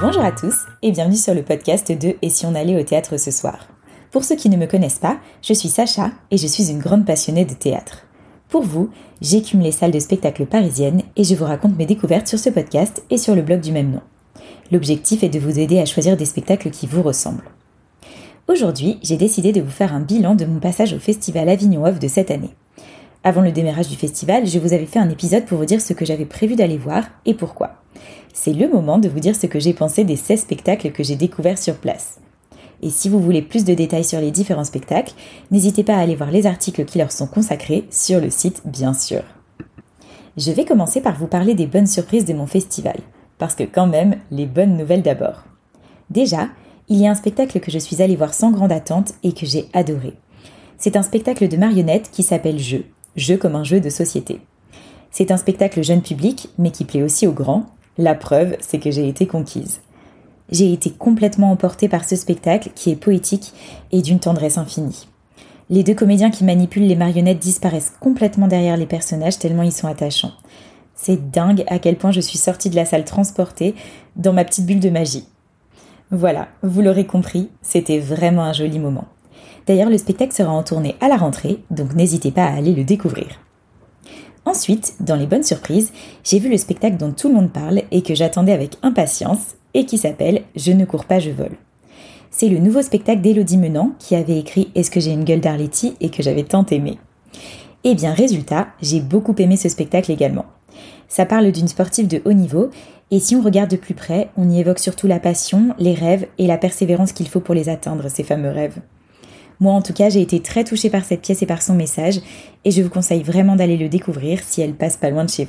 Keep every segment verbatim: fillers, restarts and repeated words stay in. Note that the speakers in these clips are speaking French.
Bonjour à tous et bienvenue sur le podcast de « Et si on allait au théâtre ce soir ?» Pour ceux qui ne me connaissent pas, je suis Sacha et je suis une grande passionnée de théâtre. Pour vous, j'écume les salles de spectacle parisiennes et je vous raconte mes découvertes sur ce podcast et sur le blog du même nom. L'objectif est de vous aider à choisir des spectacles qui vous ressemblent. Aujourd'hui, j'ai décidé de vous faire un bilan de mon passage au Festival Avignon Off de cette année. Avant le démarrage du festival, je vous avais fait un épisode pour vous dire ce que j'avais prévu d'aller voir et pourquoi. C'est le moment de vous dire ce que j'ai pensé des seize spectacles que j'ai découverts sur place. Et si vous voulez plus de détails sur les différents spectacles, n'hésitez pas à aller voir les articles qui leur sont consacrés sur le site, bien sûr. Je vais commencer par vous parler des bonnes surprises de mon festival, parce que quand même, les bonnes nouvelles d'abord. Déjà, il y a un spectacle que je suis allée voir sans grande attente et que j'ai adoré. C'est un spectacle de marionnettes qui s'appelle Jeu, Jeu comme un jeu de société. C'est un spectacle jeune public, mais qui plaît aussi aux grands. La preuve, c'est que j'ai été conquise. J'ai été complètement emportée par ce spectacle qui est poétique et d'une tendresse infinie. Les deux comédiens qui manipulent les marionnettes disparaissent complètement derrière les personnages tellement ils sont attachants. C'est dingue à quel point je suis sortie de la salle transportée dans ma petite bulle de magie. Voilà, vous l'aurez compris, c'était vraiment un joli moment. D'ailleurs, le spectacle sera en tournée à la rentrée, donc n'hésitez pas à aller le découvrir. Ensuite, dans les bonnes surprises, j'ai vu le spectacle dont tout le monde parle et que j'attendais avec impatience et qui s'appelle « Je ne cours pas, je vole ». C'est le nouveau spectacle d'Élodie Menant qui avait écrit « Est-ce que j'ai une gueule d'Arletty ?» et que j'avais tant aimé. Et bien résultat, j'ai beaucoup aimé ce spectacle également. Ça parle d'une sportive de haut niveau et si on regarde de plus près, on y évoque surtout la passion, les rêves et la persévérance qu'il faut pour les atteindre, ces fameux rêves. Moi, en tout cas, j'ai été très touchée par cette pièce et par son message, et je vous conseille vraiment d'aller le découvrir si elle passe pas loin de chez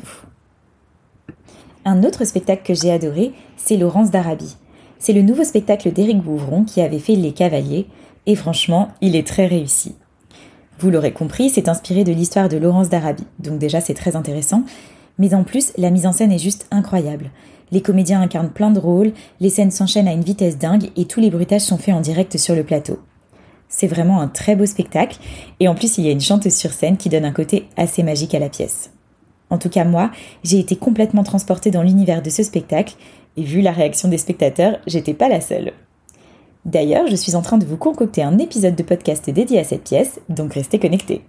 vous. Un autre spectacle que j'ai adoré, c'est Laurence d'Arabie. C'est le nouveau spectacle d'Éric Bouvron qui avait fait Les Cavaliers, et franchement, il est très réussi. Vous l'aurez compris, c'est inspiré de l'histoire de Laurence d'Arabie, donc déjà c'est très intéressant, mais en plus, la mise en scène est juste incroyable. Les comédiens incarnent plein de rôles, les scènes s'enchaînent à une vitesse dingue, et tous les bruitages sont faits en direct sur le plateau. C'est vraiment un très beau spectacle, et en plus il y a une chanteuse sur scène qui donne un côté assez magique à la pièce. En tout cas moi, j'ai été complètement transportée dans l'univers de ce spectacle, et vu la réaction des spectateurs, j'étais pas la seule. D'ailleurs, je suis en train de vous concocter un épisode de podcast dédié à cette pièce, donc restez connectés.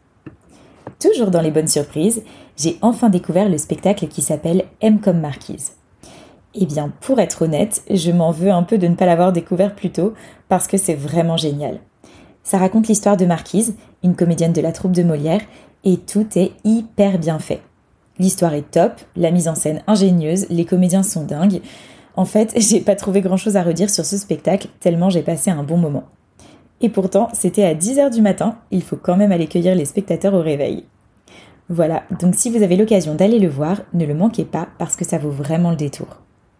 Toujours dans les bonnes surprises, j'ai enfin découvert le spectacle qui s'appelle M comme Marquise. Eh bien, pour être honnête, je m'en veux un peu de ne pas l'avoir découvert plus tôt, parce que c'est vraiment génial. Ça raconte l'histoire de Marquise, une comédienne de la troupe de Molière, et tout est hyper bien fait. L'histoire est top, la mise en scène ingénieuse, les comédiens sont dingues. En fait, j'ai pas trouvé grand chose à redire sur ce spectacle, tellement j'ai passé un bon moment. Et pourtant, c'était à dix heures du matin, il faut quand même aller cueillir les spectateurs au réveil. Voilà, donc si vous avez l'occasion d'aller le voir, ne le manquez pas, parce que ça vaut vraiment le détour.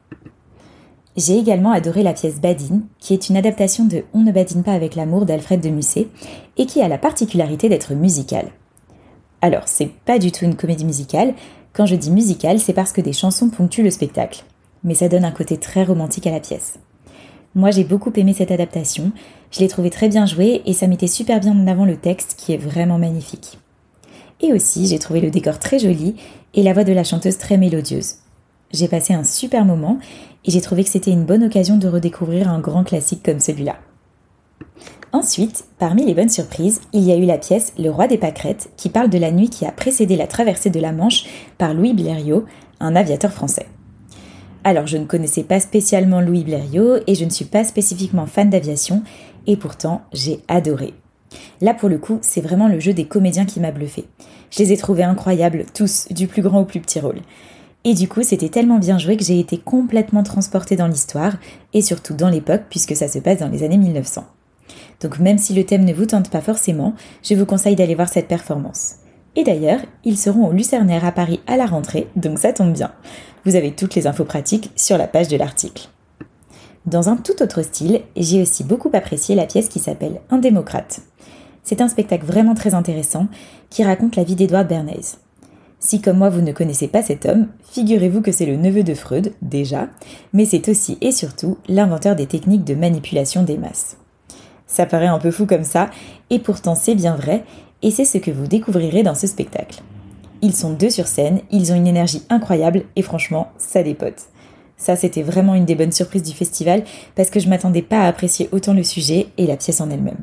J'ai également adoré la pièce Badine, qui est une adaptation de On ne badine pas avec l'amour d'Alfred de Musset, et qui a la particularité d'être musicale. Alors, c'est pas du tout une comédie musicale, quand je dis musicale, c'est parce que des chansons ponctuent le spectacle, mais ça donne un côté très romantique à la pièce. Moi, j'ai beaucoup aimé cette adaptation, je l'ai trouvée très bien jouée, et ça mettait super bien en avant le texte, qui est vraiment magnifique. Et aussi, j'ai trouvé le décor très joli, et la voix de la chanteuse très mélodieuse. J'ai passé un super moment et j'ai trouvé que c'était une bonne occasion de redécouvrir un grand classique comme celui-là. Ensuite, parmi les bonnes surprises, il y a eu la pièce Le Roi des Pâquerettes qui parle de la nuit qui a précédé la traversée de la Manche par Louis Blériot, un aviateur français. Alors, je ne connaissais pas spécialement Louis Blériot et je ne suis pas spécifiquement fan d'aviation et pourtant, j'ai adoré. Là, pour le coup, c'est vraiment le jeu des comédiens qui m'a bluffé. Je les ai trouvés incroyables, tous, du plus grand au plus petit rôle. Et du coup, c'était tellement bien joué que j'ai été complètement transportée dans l'histoire, et surtout dans l'époque, puisque ça se passe dans les années mille neuf cents. Donc même si le thème ne vous tente pas forcément, je vous conseille d'aller voir cette performance. Et d'ailleurs, ils seront au Lucernaire à Paris à la rentrée, donc ça tombe bien. Vous avez toutes les infos pratiques sur la page de l'article. Dans un tout autre style, j'ai aussi beaucoup apprécié la pièce qui s'appelle Un démocrate. C'est un spectacle vraiment très intéressant qui raconte la vie d'Édouard Bernays. Si comme moi vous ne connaissez pas cet homme, figurez-vous que c'est le neveu de Freud, déjà, mais c'est aussi et surtout l'inventeur des techniques de manipulation des masses. Ça paraît un peu fou comme ça, et pourtant c'est bien vrai, et c'est ce que vous découvrirez dans ce spectacle. Ils sont deux sur scène, ils ont une énergie incroyable, et franchement, ça dépote. Ça, c'était vraiment une des bonnes surprises du festival parce que je m'attendais pas à apprécier autant le sujet et la pièce en elle-même.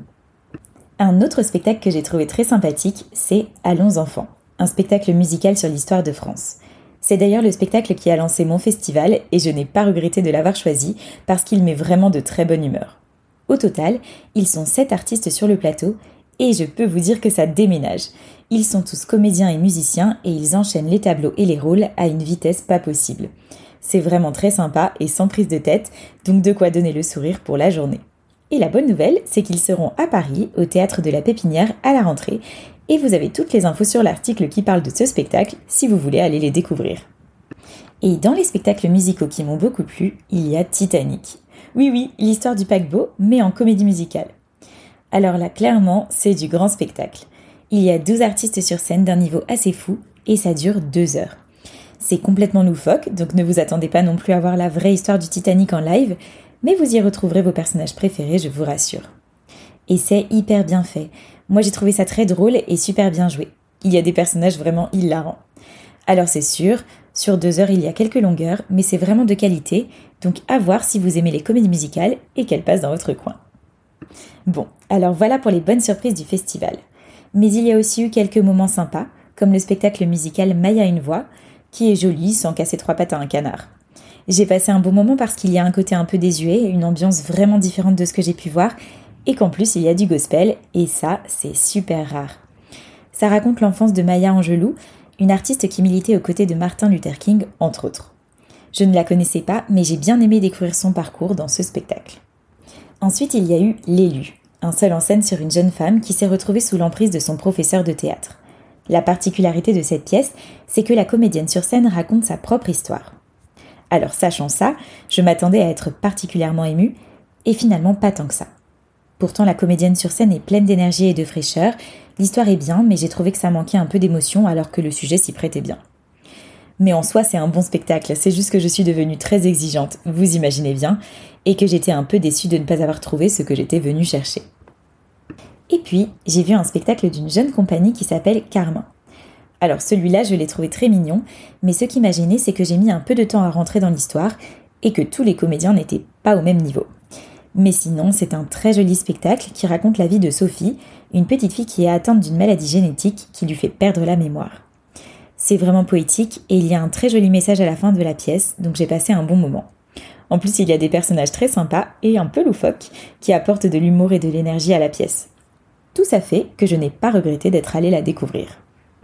Un autre spectacle que j'ai trouvé très sympathique, c'est Allons enfants, un spectacle musical sur l'histoire de France. C'est d'ailleurs le spectacle qui a lancé mon festival et je n'ai pas regretté de l'avoir choisi parce qu'il met vraiment de très bonne humeur. Au total, ils sont sept artistes sur le plateau et je peux vous dire que ça déménage. Ils sont tous comédiens et musiciens et ils enchaînent les tableaux et les rôles à une vitesse pas possible. C'est vraiment très sympa et sans prise de tête, donc de quoi donner le sourire pour la journée. Et la bonne nouvelle, c'est qu'ils seront à Paris, au Théâtre de la Pépinière, à la rentrée, et vous avez toutes les infos sur l'article qui parle de ce spectacle si vous voulez aller les découvrir. Et dans les spectacles musicaux qui m'ont beaucoup plu, il y a Titanic. Oui oui, l'histoire du paquebot, mais en comédie musicale. Alors là, clairement, c'est du grand spectacle. Il y a douze artistes sur scène d'un niveau assez fou, et ça dure deux heures. C'est complètement loufoque, donc ne vous attendez pas non plus à voir la vraie histoire du Titanic en live, mais vous y retrouverez vos personnages préférés, je vous rassure. Et c'est hyper bien fait. Moi j'ai trouvé ça très drôle et super bien joué. Il y a des personnages vraiment hilarants. Alors c'est sûr, sur deux heures il y a quelques longueurs, mais c'est vraiment de qualité, donc à voir si vous aimez les comédies musicales et qu'elles passent dans votre coin. Bon, alors voilà pour les bonnes surprises du festival. Mais il y a aussi eu quelques moments sympas, comme le spectacle musical Maya une voix, qui est joli sans casser trois pattes à un canard. J'ai passé un bon moment parce qu'il y a un côté un peu désuet, une ambiance vraiment différente de ce que j'ai pu voir, et qu'en plus il y a du gospel, et ça, c'est super rare. Ça raconte l'enfance de Maya Angelou, une artiste qui militait aux côtés de Martin Luther King, entre autres. Je ne la connaissais pas, mais j'ai bien aimé découvrir son parcours dans ce spectacle. Ensuite, il y a eu L'élu, un seul en scène sur une jeune femme qui s'est retrouvée sous l'emprise de son professeur de théâtre. La particularité de cette pièce, c'est que la comédienne sur scène raconte sa propre histoire. Alors sachant ça, je m'attendais à être particulièrement émue, et finalement pas tant que ça. Pourtant la comédienne sur scène est pleine d'énergie et de fraîcheur, l'histoire est bien, mais j'ai trouvé que ça manquait un peu d'émotion alors que le sujet s'y prêtait bien. Mais en soi c'est un bon spectacle, c'est juste que je suis devenue très exigeante, vous imaginez bien, et que j'étais un peu déçue de ne pas avoir trouvé ce que j'étais venue chercher. Et puis, j'ai vu un spectacle d'une jeune compagnie qui s'appelle Carmin. Alors celui-là, je l'ai trouvé très mignon, mais ce qui m'a gêné, c'est que j'ai mis un peu de temps à rentrer dans l'histoire et que tous les comédiens n'étaient pas au même niveau. Mais sinon, c'est un très joli spectacle qui raconte la vie de Sophie, une petite fille qui est atteinte d'une maladie génétique qui lui fait perdre la mémoire. C'est vraiment poétique et il y a un très joli message à la fin de la pièce, donc j'ai passé un bon moment. En plus, il y a des personnages très sympas et un peu loufoques qui apportent de l'humour et de l'énergie à la pièce. Tout ça fait que je n'ai pas regretté d'être allée la découvrir.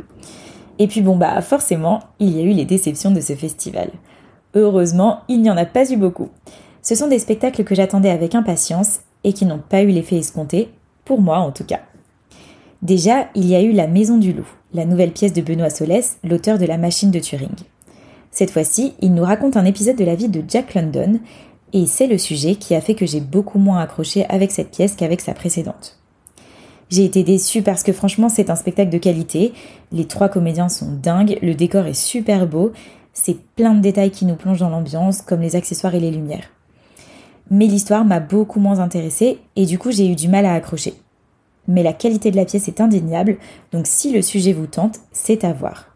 Et puis bon bah forcément, il y a eu les déceptions de ce festival. Heureusement, il n'y en a pas eu beaucoup. Ce sont des spectacles que j'attendais avec impatience et qui n'ont pas eu l'effet escompté, pour moi en tout cas. Déjà, il y a eu La Maison du Loup, la nouvelle pièce de Benoît Solès, l'auteur de La Machine de Turing. Cette fois-ci, il nous raconte un épisode de la vie de Jack London, et c'est le sujet qui a fait que j'ai beaucoup moins accroché avec cette pièce qu'avec sa précédente. J'ai été déçue parce que franchement c'est un spectacle de qualité, les trois comédiens sont dingues, le décor est super beau, c'est plein de détails qui nous plongent dans l'ambiance, comme les accessoires et les lumières. Mais l'histoire m'a beaucoup moins intéressée et du coup j'ai eu du mal à accrocher. Mais la qualité de la pièce est indéniable, donc si le sujet vous tente, c'est à voir.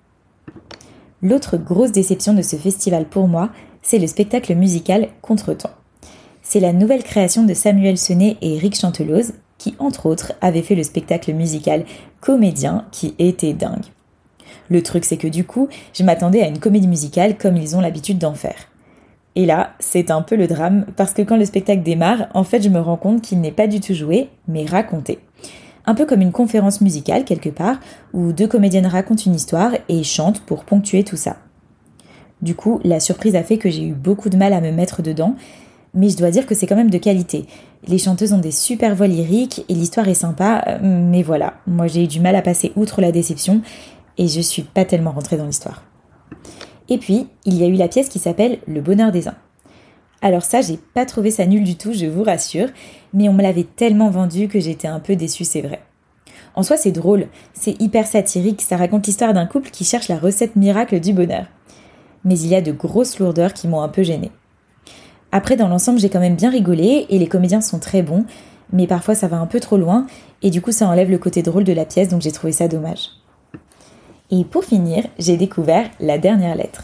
L'autre grosse déception de ce festival pour moi, c'est le spectacle musical Contretemps. C'est la nouvelle création de Samuel Senet et Éric Chanteloz, qui, entre autres, avait fait le spectacle musical Comédien, qui était dingue. Le truc, c'est que du coup, je m'attendais à une comédie musicale comme ils ont l'habitude d'en faire. Et là, c'est un peu le drame, parce que quand le spectacle démarre, en fait, je me rends compte qu'il n'est pas du tout joué, mais raconté. Un peu comme une conférence musicale, quelque part, où deux comédiennes racontent une histoire et chantent pour ponctuer tout ça. Du coup, la surprise a fait que j'ai eu beaucoup de mal à me mettre dedans, mais je dois dire que c'est quand même de qualité. Les chanteuses ont des super voix lyriques et l'histoire est sympa, mais voilà, moi j'ai eu du mal à passer outre la déception et je suis pas tellement rentrée dans l'histoire. Et puis, il y a eu la pièce qui s'appelle Le Bonheur des uns. Alors ça, j'ai pas trouvé ça nul du tout, je vous rassure, mais on me l'avait tellement vendu que j'étais un peu déçue, c'est vrai. En soi, c'est drôle, c'est hyper satirique, ça raconte l'histoire d'un couple qui cherche la recette miracle du bonheur. Mais il y a de grosses lourdeurs qui m'ont un peu gênée. Après, dans l'ensemble, j'ai quand même bien rigolé et les comédiens sont très bons, mais parfois ça va un peu trop loin et du coup ça enlève le côté drôle de la pièce, donc j'ai trouvé ça dommage. Et pour finir, j'ai découvert La Dernière Lettre.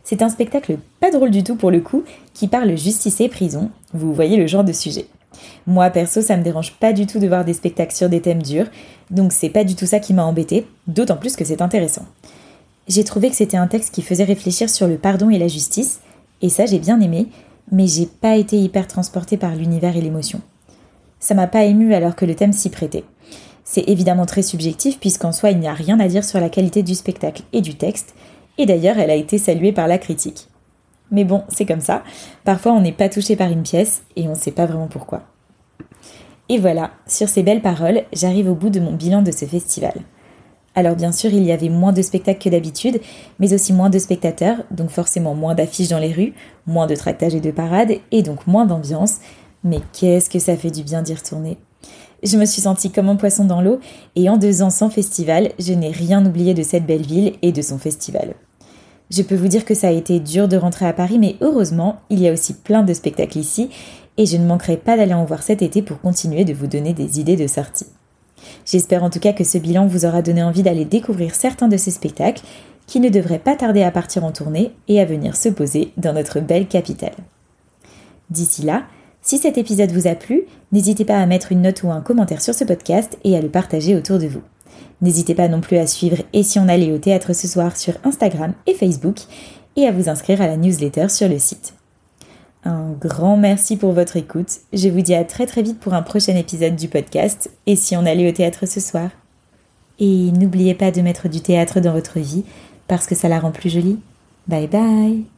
C'est un spectacle pas drôle du tout pour le coup, qui parle justice et prison, vous voyez le genre de sujet. Moi perso, ça me dérange pas du tout de voir des spectacles sur des thèmes durs, donc c'est pas du tout ça qui m'a embêtée, d'autant plus que c'est intéressant. J'ai trouvé que c'était un texte qui faisait réfléchir sur le pardon et la justice, et ça j'ai bien aimé, mais j'ai pas été hyper transportée par l'univers et l'émotion. Ça m'a pas émue alors que le thème s'y prêtait. C'est évidemment très subjectif puisqu'en soi il n'y a rien à dire sur la qualité du spectacle et du texte, et d'ailleurs elle a été saluée par la critique. Mais bon, c'est comme ça, parfois on n'est pas touché par une pièce et on ne sait pas vraiment pourquoi. Et voilà, sur ces belles paroles, j'arrive au bout de mon bilan de ce festival. Alors bien sûr, il y avait moins de spectacles que d'habitude, mais aussi moins de spectateurs, donc forcément moins d'affiches dans les rues, moins de tractages et de parades, et donc moins d'ambiance. Mais qu'est-ce que ça fait du bien d'y retourner. Je me suis sentie comme un poisson dans l'eau, et en deux ans sans festival, je n'ai rien oublié de cette belle ville et de son festival. Je peux vous dire que ça a été dur de rentrer à Paris, mais heureusement, il y a aussi plein de spectacles ici, et je ne manquerai pas d'aller en voir cet été pour continuer de vous donner des idées de sortie. J'espère en tout cas que ce bilan vous aura donné envie d'aller découvrir certains de ces spectacles, qui ne devraient pas tarder à partir en tournée et à venir se poser dans notre belle capitale. D'ici là, si cet épisode vous a plu, n'hésitez pas à mettre une note ou un commentaire sur ce podcast et à le partager autour de vous. N'hésitez pas non plus à suivre Et si on allait au théâtre ce soir sur Instagram et Facebook et à vous inscrire à la newsletter sur le site. Un grand merci pour votre écoute. Je vous dis à très très vite pour un prochain épisode du podcast Et si on allait au théâtre ce soir. Et n'oubliez pas de mettre du théâtre dans votre vie parce que ça la rend plus jolie. Bye bye!